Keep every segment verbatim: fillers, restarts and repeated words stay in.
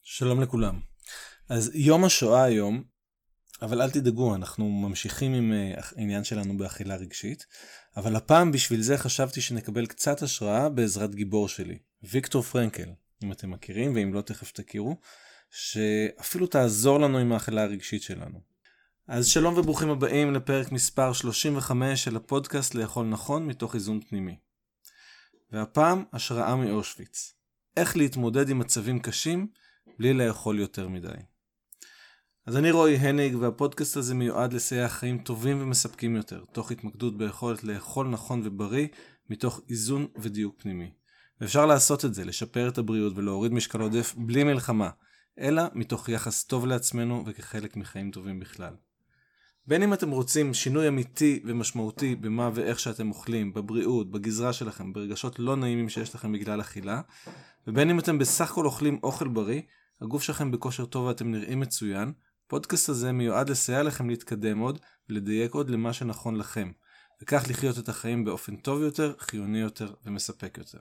שלום לכולם. אז יום השואה היום, אבל אל תדאגו, אנחנו ממשיכים עם העניין שלנו באכילה רגשית, אבל הפעם בשביל זה חשבתי שנקבל קצת השראה בעזרת גיבור שלי, ויקטור פרנקל, אם אתם מכירים ואם לא תכף תכירו, שאפילו תעזור לנו עם האכילה הרגשית שלנו. אז שלום וברוכים הבאים לפרק מספר שלושים וחמש של הפודקאסט לאכול נכון מתוך איזון פנימי. והפעם השראה מאושוויץ. איך להתמודד עם מצבים קשים בלי לאכול יותר מדי. אז אני רועי הניג, והפודקאסט הזה מיועד לסייע חיים טובים ומספקים יותר, תוך התמקדות ביכולת לאכול נכון ובריא, מתוך איזון ודיוק פנימי. ואפשר לעשות את זה, לשפר את הבריאות ולהוריד משקל עודף בלי מלחמה, אלא מתוך יחס טוב לעצמנו וכחלק מחיים טובים בכלל. בין אם אתם רוצים שינוי אמיתי ומשמעותי במה ואיך שאתם אוכלים, בבריאות, בגזרה שלכם, ברגשות לא נעימים שיש לכם בגלל אכילה, ובין אם אתם בסך הכל אוכלים אוכל בריא, הגוף שלכם בכושר טוב ואתם נראים מצוין, פודקאסט הזה מיועד לסייע לכם להתקדם עוד ולדייק עוד למה שנכון לכם, וכך לחיות את החיים באופן טוב יותר, חיוני יותר ומספק יותר.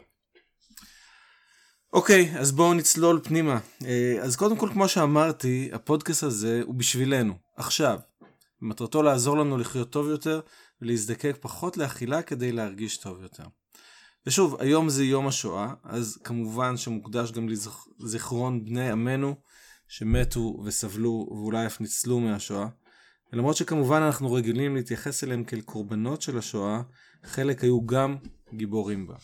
אוקיי, אז בואו נצלול פנימה. אז קודם כל, כמו שאמרתי, הפודקאסט הזה הוא בשבילנו, עכשיו. מטרתו לעזור לנו לחיות טוב יותר ולהזדקק פחות לאכילה כדי להרגיש טוב יותר. ושוב, היום זה יום השואה, אז כמובן שמוקדש גם לזיכרון בני עמנו שמתו וסבלו ואולי אף ניצלו מהשואה. ולמרות שכמובן אנחנו רגילים להתייחס אליהם כאל קורבנות של השואה, חלק היו גם גיבורים בה.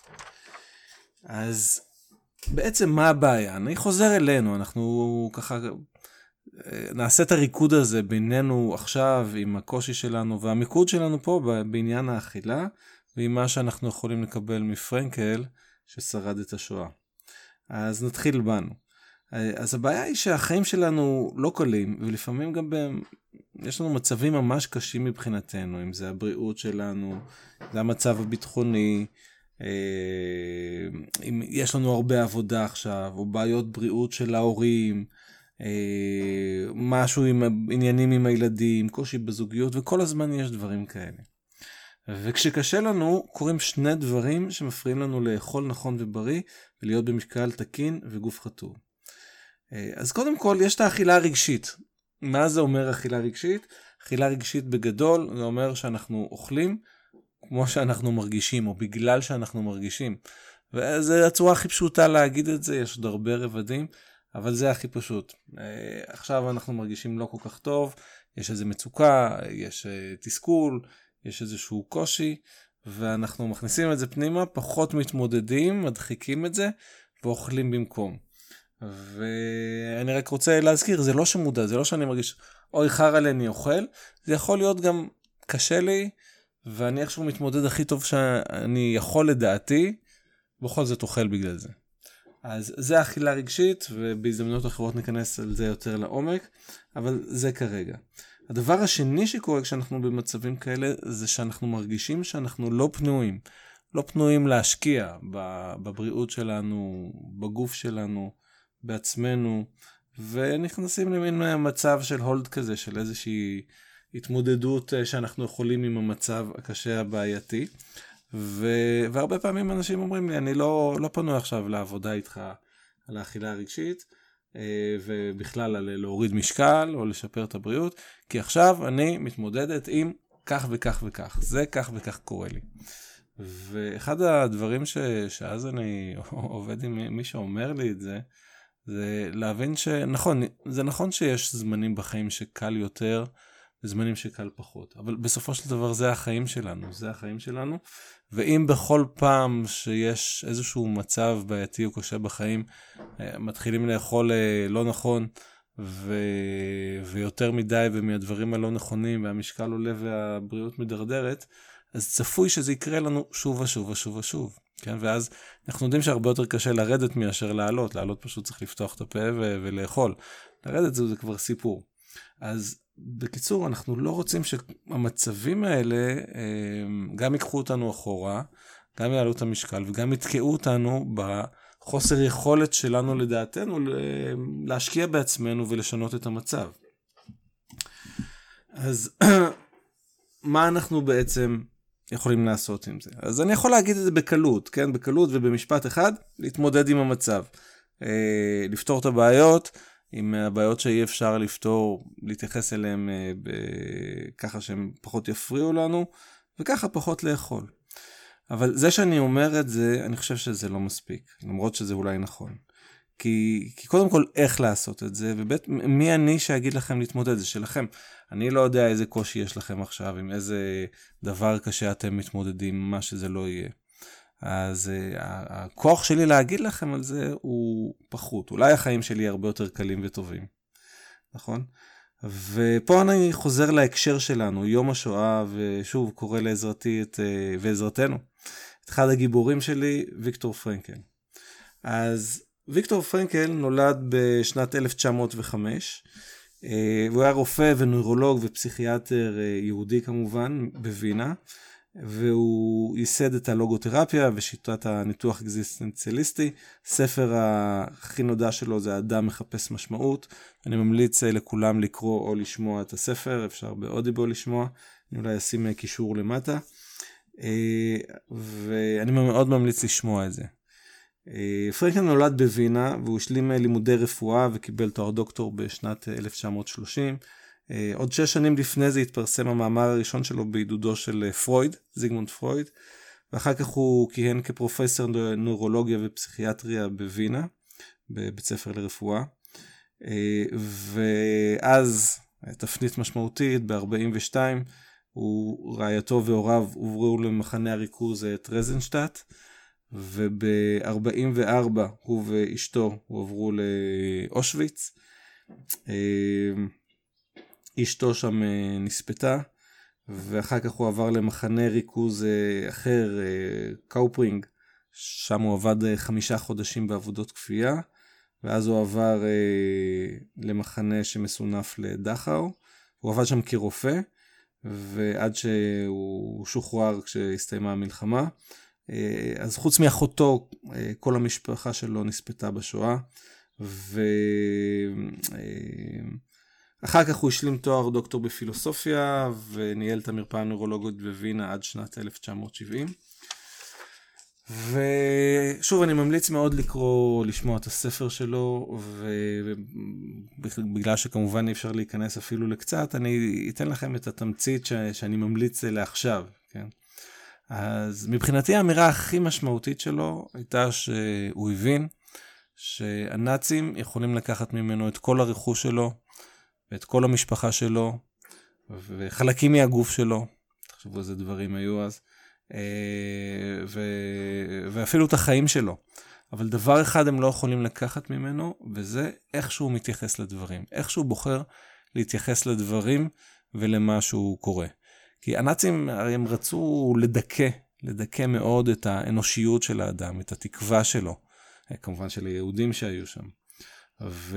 אז בעצם מה הבעיה? אני חוזר אלינו, אנחנו ככה נעשה את הריקוד הזה בינינו עכשיו עם הקושי שלנו, והמיקוד שלנו פה בעניין האכילה, ועם מה שאנחנו יכולים לקבל מפרנקל ששרד את השואה. אז נתחיל בנו. אז הבעיה היא שהחיים שלנו לא קלים, ולפעמים גם בהם, יש לנו מצבים ממש קשים מבחינתנו, אם זה הבריאות שלנו, זה המצב הביטחוני, אם יש לנו הרבה עבודה עכשיו, או בעיות בריאות של ההורים, משהו עם עניינים עם הילדים, קושי בזוגיות, וכל הזמן יש דברים כאלה. וכשקשה לנו, קורים שני דברים שמפריעים לנו לאכול נכון ובריא, ולהיות במשקל תקין וגוף חטוב. אז קודם כל, יש את האכילה הרגשית. מה זה אומר אכילה רגשית? אכילה רגשית בגדול, זה אומר שאנחנו אוכלים כמו שאנחנו מרגישים, או בגלל שאנחנו מרגישים. וזו הצורה הכי פשוטה להגיד את זה, יש עוד הרבה רבדים, אבל זה הכי פשוט. עכשיו אנחנו מרגישים לא כל כך טוב, יש איזו מצוקה, יש תסכול, יש איזשהו קושי, ואנחנו מכניסים את זה פנימה, פחות מתמודדים, מדחיקים את זה, ואוכלים במקום. ואני רק רוצה להזכיר, זה לא שמודע, זה לא שאני מרגיש, אוי חר עלי אני אוכל, זה יכול להיות גם קשה לי, ואני איכשהו מתמודד הכי טוב שאני יכול לדעתי, בכל זאת אוכל בגלל זה. אז זה אכילה רגשית, ובהזדמנות אחרות ניכנס על זה יותר לעומק, אבל זה כרגע. הדבר השני שקורה כשאנחנו במצבים כאלה, זה שאנחנו מרגישים שאנחנו לא פנויים. לא פנויים להשקיע בבריאות שלנו, בגוף שלנו, בעצמנו, ונכנסים למין מצב של הולד כזה, של איזושהי התמודדות שאנחנו יכולים עם המצב הקשה הבעייתי. ו... והרבה פעמים אנשים אומרים לי, אני לא, לא פנוי עכשיו לעבודה איתך על האכילה הרגשית, ובכלל על להוריד משקל או לשפר את הבריאות, כי עכשיו אני מתמודדת עם כך וכך וכך, זה כך וכך קורה לי. ואחד הדברים ש... שאז אני עובד עם מי שאומר לי את זה, זה להבין שנכון, זה נכון שיש זמנים בחיים שקל יותר, וזמנים שקל פחות, אבל בסופו של דבר זה החיים שלנו, זה החיים שלנו, ואם בכל פעם שיש איזשהו מצב בעייתי או קשה בחיים, מתחילים לאכול לא נכון, ו... ויותר מדי ומהדברים הלא נכונים, והמשקל עולה והבריאות מדרדרת, אז צפוי שזה יקרה לנו שוב ושוב ושוב ושוב, כן? ואז אנחנו יודעים שהרבה יותר קשה לרדת מאשר לעלות, לעלות פשוט צריך לפתוח את הפה ו... ולאכול, לרדת זה, זה כבר סיפור. אז בקיצור, אנחנו לא רוצים שהמצבים האלה גם ייקחו אותנו אחורה, גם יעלו את המשקל וגם יתקעו אותנו בחוסר יכולת שלנו לדעתנו להשקיע בעצמנו ולשנות את המצב. אז מה אנחנו בעצם יכולים לעשות עם זה? אז אני יכול להגיד את זה בקלות, כן? בקלות ובמשפט אחד, להתמודד עם המצב. אה, לפתור את הבעיות, עם הבעיות שאי אפשר לפתור, להתייחס אליהם אה, ב- ככה שהם פחות יפריעו לנו, וככה פחות לאכול. אבל זה שאני אומר את זה, אני חושב שזה לא מספיק, למרות שזה אולי נכון. כי, כי קודם כל איך לעשות את זה, ובית, מי אני שאגיד לכם להתמודד, זה שלכם. אני לא יודע איזה קושי יש לכם עכשיו, עם איזה דבר קשה אתם מתמודדים, מה שזה לא יהיה. אז uh, הכוח שלי להגיד לכם על זה הוא פחות. אולי החיים שלי הרבה יותר קלים וטובים. נכון? ופה אני חוזר להקשר שלנו, יום השואה, ושוב קורא לעזרתי את, uh, ועזרתנו. את אחד הגיבורים שלי, ויקטור פרנקל. אז ויקטור פרנקל נולד בשנת אלף תשע מאות וחמש, והוא היה רופא ונוירולוג ופסיכיאטר יהודי כמובן בווינה, והוא ייסד את הלוגותרפיה ושיטת הניתוח אקזיסטנציאליסטי. ספר הכי נודע שלו זה אדם מחפש משמעות. אני ממליץ לכולם לקרוא או לשמוע את הספר, אפשר באודיבול לשמוע, אני אולי אשים קישור למטה, ואני מאוד ממליץ לשמוע את זה. פרנקל נולד בווינה והוא השלים לימודי רפואה וקיבל תואר דוקטור בשנת אלף תשע מאות שלושים. עוד שש שנים לפני זה התפרסם המאמר הראשון שלו בעידודו של פרויד, זיגמונד פרויד, ואחר כך הוא כיהן כפרופסור נוירולוגיה ופסיכיאטריה בווינה, בבית ספר לרפואה. ואז תפנית משמעותית ב-ארבעים ושתיים, הוא רעייתו והוריו עוברו למחנה הריכוז טרזנשטט, וב-ארבעים וארבע הוא ואשתו עברו לאושוויץ. אשתו שם נספתה, ואחר כך הוא עבר למחנה ריכוז אחר, קאופרינג, שם הוא עבד חמישה חודשים בעבודות כפייה, ואז הוא עבר למחנה שמסונף לדחאו, הוא עבד שם כרופא, ועד שהוא שוחרר כשהסתיימה המלחמה. אז חוץ מאחותו, כל המשפחה שלו נספתה בשואה, ואחר כך הוא השלים תואר דוקטור בפילוסופיה, וניהל את המרפאה הנוירולוגית בווינה עד שנת אלף תשע מאות שבעים. ושוב, אני ממליץ מאוד לקרוא, לשמוע את הספר שלו, ובגלל שכמובן אי אפשר להיכנס אפילו לקצת, אני אתן לכם את התמצית שאני ממליץ לעכשיו, כן? אז מבחינתי האמירה הכי משמעותית שלו הייתה שהוא הבין שהנאצים יכולים לקחת ממנו את כל הרכוש שלו, ואת כל המשפחה שלו, וחלקים מהגוף שלו, תחשבו איזה דברים היו אז, ו... ואפילו את החיים שלו. אבל דבר אחד הם לא יכולים לקחת ממנו, וזה איך שהוא מתייחס לדברים, איך שהוא בוחר להתייחס לדברים ולמה שהוא קורא. כי הנאצים הרי הם רצו לדכא, לדכא מאוד את האנושיות של האדם, את התקווה שלו, כמובן של היהודים שהיו שם. ו...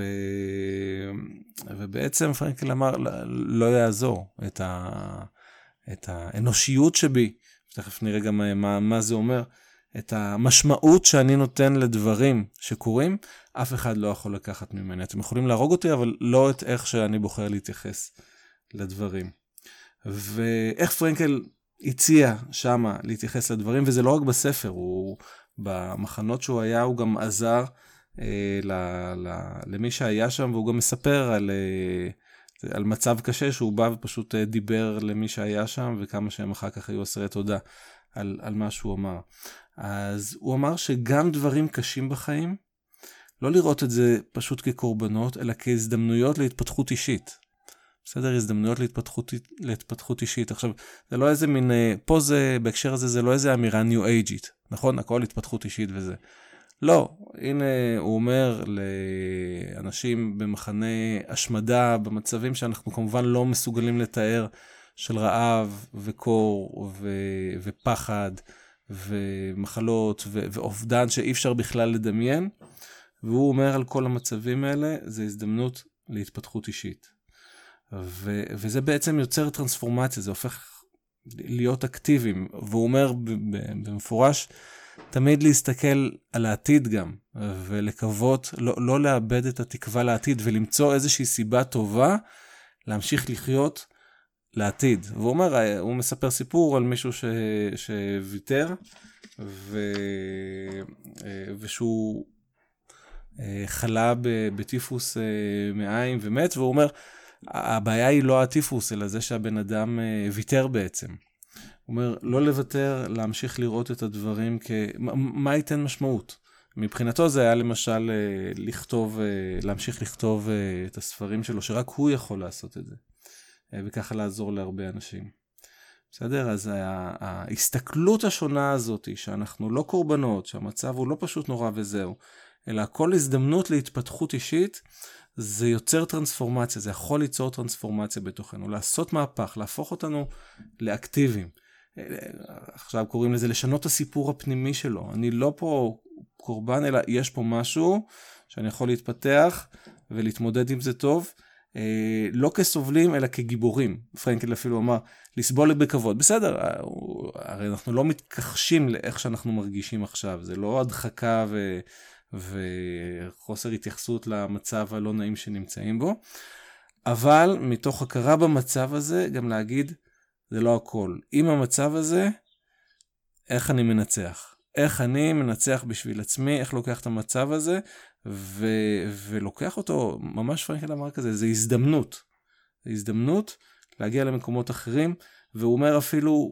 ובעצם פרנקל אמר, לא יעזור את, ה... את האנושיות שבי, תכף נראה גם מה, מה זה אומר, את המשמעות שאני נותן לדברים שקורים, אף אחד לא יכול לקחת ממני. אתם יכולים להרוג אותי, אבל לא את איך שאני בוחר להתייחס לדברים. ואיך פרנקל הציע שמה להתייחס לדברים, וזה לא רק בספר, הוא במחנות שהוא היה, הוא גם עזר אה, ל, ל, למי שהיה שם, והוא גם מספר על, אה, על מצב קשה, שהוא בא ופשוט אה, דיבר למי שהיה שם, וכמה שהם אחר כך היו אסרי תודה על, על מה שהוא אמר. אז הוא אמר שגם דברים קשים בחיים, לא לראות את זה פשוט כקורבנות, אלא כהזדמנויות להתפתחות אישית. בסדר, הזדמנויות להתפתחות, להתפתחות אישית. עכשיו, זה לא איזה מין, פה זה, בהקשר הזה, זה לא איזה אמירה ניו אייג'ית, נכון? הכל התפתחות אישית וזה. לא, הנה הוא אומר לאנשים במחנה השמדה, במצבים שאנחנו כמובן לא מסוגלים לתאר, של רעב וקור ו- ופחד ומחלות ו- ואובדן שאי אפשר בכלל לדמיין, והוא אומר על כל המצבים האלה, זה הזדמנות להתפתחות אישית. ו- וזה בעצם יוצר טרנספורמציה, זה הופך להיות אקטיביים, והוא אומר במפורש, תמיד להסתכל על העתיד גם, ולקוות, לא, לא לאבד את התקווה לעתיד, ולמצוא איזושהי סיבה טובה, להמשיך לחיות לעתיד. והוא אומר, הוא מספר סיפור על מישהו ש, שוויתר, ו, ושהוא חלה בטיפוס מעיים ומת, והוא אומר, הבעיה היא לא הטיפוס, אלא זה שהבן אדם ויתר בעצם. הוא אומר, לא לוותר, להמשיך לראות את הדברים כ... מה ייתן משמעות? מבחינתו זה היה למשל לכתוב, להמשיך לכתוב את הספרים שלו, שרק הוא יכול לעשות את זה. וככה לעזור להרבה אנשים. בסדר? אז ההסתכלות השונה הזאת, שאנחנו לא קורבנות, שהמצב הוא לא פשוט נורא וזהו, אלא כל הזדמנות להתפתחות אישית, זה יוצר טרנספורמציה, זה יכול ליצור טרנספורמציה בתוכנו, לעשות מהפך, להפוך אותנו לאקטיביים. עכשיו קוראים לזה לשנות את הסיפור הפנימי שלו. אני לא פה קורבן, אלא יש פה משהו שאני יכול להתפתח ולהתמודד עם זה טוב, לא כסובלים, אלא כגיבורים. פרנקל אפילו אמר, לסבול בכבוד. בסדר, הרי אנחנו לא מתכחשים לאיך שאנחנו מרגישים עכשיו. זה לא הדחקה ו... וחוסר התייחסות למצב הלא נעים שנמצאים בו. אבל מתוך הכרה במצב הזה, גם להגיד, זה לא הכל. עם המצב הזה, איך אני מנצח? איך אני מנצח בשביל עצמי? איך לוקח את המצב הזה? ו... ולוקח אותו, ממש פרנקל אמר כזה, זה הזדמנות. זה הזדמנות להגיע למקומות אחרים, והוא אומר אפילו,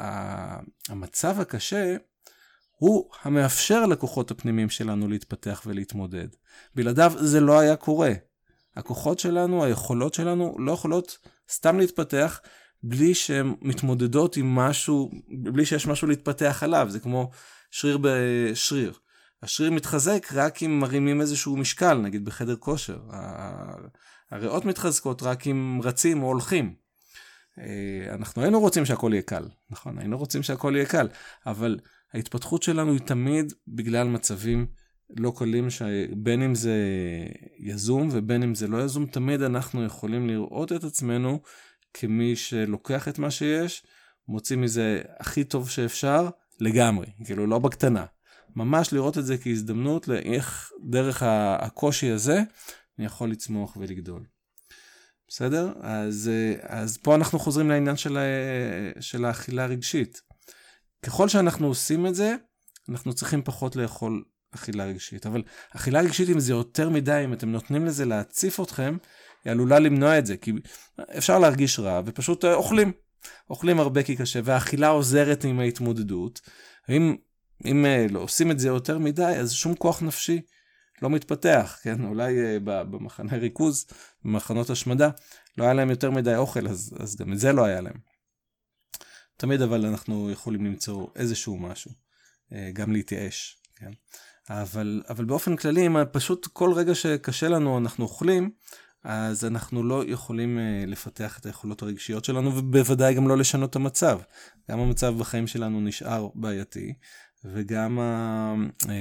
המצב הקשה, הוא המאפשר לכוחות הפנימיים שלנו להתפתח ולהתמודד. בלעדיו זה לא היה קורה. הכוחות שלנו, היכולות שלנו, לא יכולות סתם להתפתח, בלי שהן מתמודדות עם משהו, בלי שיש משהו להתפתח עליו. זה כמו שריר בשריר. השריר מתחזק רק אם מרימים איזשהו משקל, נגיד בחדר כושר. הריאות מתחזקות רק אם רצים או הולכים. אנחנו היינו רוצים שהכל יהיה קל, נכון? היינו רוצים שהכל יהיה קל, אבל ההתפתחות שלנו היא תמיד בגלל מצבים לא קלים, שבין אם זה יזום ובין אם זה לא יזום, תמיד אנחנו יכולים לראות את עצמנו כמי שלוקח את מה שיש, מוציא מזה הכי טוב שאפשר לגמרי, כאילו לא בקטנה. ממש לראות את זה כהזדמנות לאיך דרך הקושי הזה אני יכול לצמוח ולגדול. בסדר? אז, אז פה אנחנו חוזרים לעניין של, של האכילה הרגשית. ככל שאנחנו עושים את זה, אנחנו צריכים פחות לאכול אכילה רגשית. אבל אכילה רגשית, אם זה יותר מדי, אם אתם נותנים לזה להציף אתכם, היא עלולה למנוע את זה. כי אפשר להרגיש רע ופשוט אוכלים. אוכלים הרבה כי קשה, והאכילה עוזרת עם ההתמודדות. אם, אם לא עושים את זה יותר מדי, אז שום כוח נפשי לא מתפתח, כן? אולי במחנה ריכוז, במחנות השמדה, לא היה להם יותר מדי אוכל, אז, אז גם את זה לא היה להם. תמיד אבל אנחנו יכולים למצוא איזשהו משהו, גם להתייאש, כן? אבל, אבל באופן כללי, אם פשוט כל רגע שקשה לנו אנחנו אוכלים, אז אנחנו לא יכולים לפתח את היכולות הרגשיות שלנו, ובוודאי גם לא לשנות את המצב. גם המצב בחיים שלנו נשאר בעייתי, וגם, ה,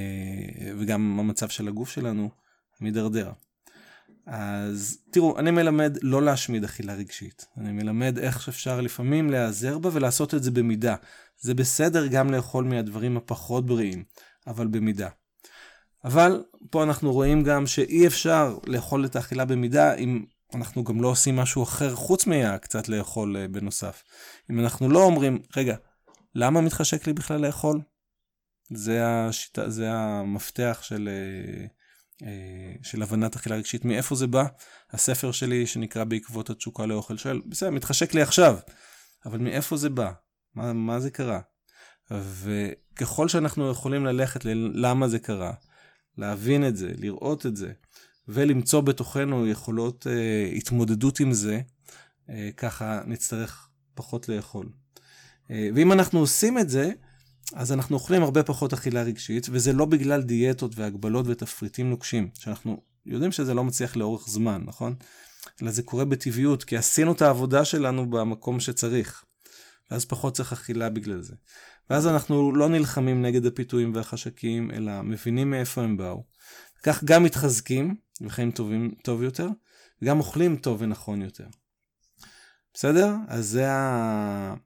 וגם המצב של הגוף שלנו מדרדר. אז תראו, אני מלמד לא להשמיד אכילה רגשית. אני מלמד איך אפשר לפעמים להיעזר בה ולעשות את זה במידה. זה בסדר גם לאכול מהדברים הפחות בריאים, אבל במידה. אבל פה אנחנו רואים גם שאי אפשר לאכול את האכילה במידה אם אנחנו גם לא עושים משהו אחר חוץ מה קצת לאכול בנוסף. אם אנחנו לא אומרים, רגע, למה מתחשק לי בכלל לאכול? זה השיטה, זה המפתח של, של הבנת אכילה רגשית. מאיפה זה בא? הספר שלי שנקרא בעקבות התשוקה לאוכל שואל, בסדר, מתחשק לי עכשיו, אבל מאיפה זה בא? מה, מה זה קרה? וככל שאנחנו יכולים ללכת ללמה זה קרה, להבין את זה, לראות את זה, ולמצוא בתוכנו יכולות אה, התמודדות עם זה, אה, ככה נצטרך פחות לאכול. אה, ואם אנחנו עושים את זה, אז אנחנו אוכלים הרבה פחות אכילה רגשית, וזה לא בגלל דיאטות והגבלות ותפריטים נוקשים, שאנחנו יודעים שזה לא מצליח לאורך זמן, נכון? אלא זה קורה בטבעיות, כי עשינו את העבודה שלנו במקום שצריך, ואז פחות צריך אכילה בגלל זה. ואז אנחנו לא נלחמים נגד הפיתויים והחשקים, אלא מבינים מאיפה הם באו. כך גם מתחזקים וחיים טובים, טוב יותר, וגם אוכלים טוב ונכון יותר. בסדר? אז זה, ה...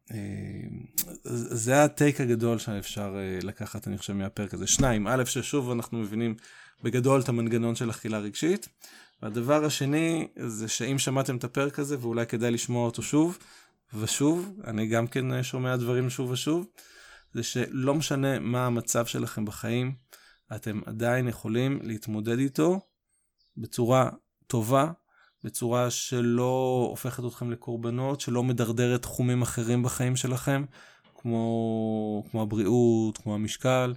זה הטייק הגדול שאפשר לקחת, אני חושב, מהפרק הזה. שניים, א', ששוב אנחנו מבינים בגדול את המנגנון של אכילה רגשית. והדבר השני, זה שאם שמעתם את הפרק הזה, ואולי כדאי לשמוע אותו שוב ושוב, אני גם כן שומע דברים שוב ושוב, זה שלא משנה מה המצב שלכם בחיים, אתם עדיין יכולים להתמודד איתו בצורה טובה, בצורה שלא הופכת אתכם לקורבנות, שלא מדרדרת תחומים אחרים בחיים שלכם, כמו, כמו הבריאות, כמו המשקל,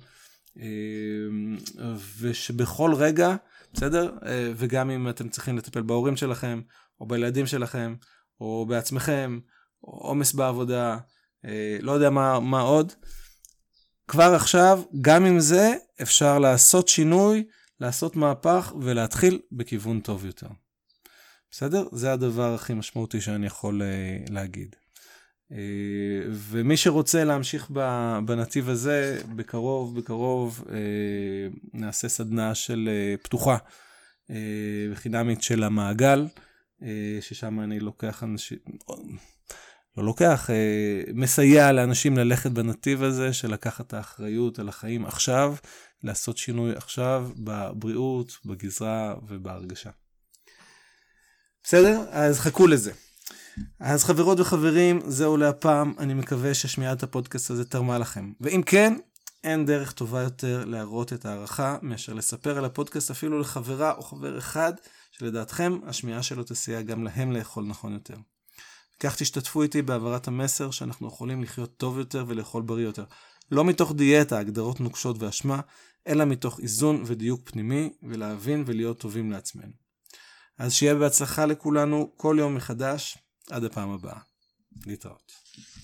ושבכל רגע, בסדר? וגם אם אתם צריכים לטפל בהורים שלכם, או בילדים שלכם, או בעצמכם, או עומס בעבודה, לא יודע מה, מה עוד, כבר עכשיו, גם עם זה, אפשר לעשות שינוי, לעשות מהפך, ולהתחיל בכיוון טוב יותר. בסדר? זה הדבר הכי משמעותי שאני יכול להגיד. ומי שרוצה להמשיך בנתיב הזה, בקרוב, בקרוב, נעשה סדנה של פתוחה, בחינמית של המעגל, ששם אני לוקח אנשים, לא לוקח, מסייע לאנשים ללכת בנתיב הזה, של לקחת את האחריות על החיים עכשיו, לעשות שינוי עכשיו, בבריאות, בגזרה ובהרגשה. בסדר? אז חכו לזה. אז חברות וחברים, זהו להפעם, אני מקווה ששמיעת הפודקאסט הזה תרמה לכם. ואם כן, אין דרך טובה יותר להראות את הערכה, מאשר לספר על הפודקאסט אפילו לחברה או חבר אחד, שלדעתכם השמיעה שלו תסייע גם להם לאכול נכון יותר. כך תשתתפו איתי בעברת המסר שאנחנו יכולים לחיות טוב יותר ולאכול בריא יותר. לא מתוך דיאטה, הגדרות נוקשות ואשמה, אלא מתוך איזון ודיוק פנימי, ולהבין ולהיות טובים לעצמנו. אז שיהיה בהצלחה לכולנו כל יום מחדש, עד הפעם הבאה. להתראות.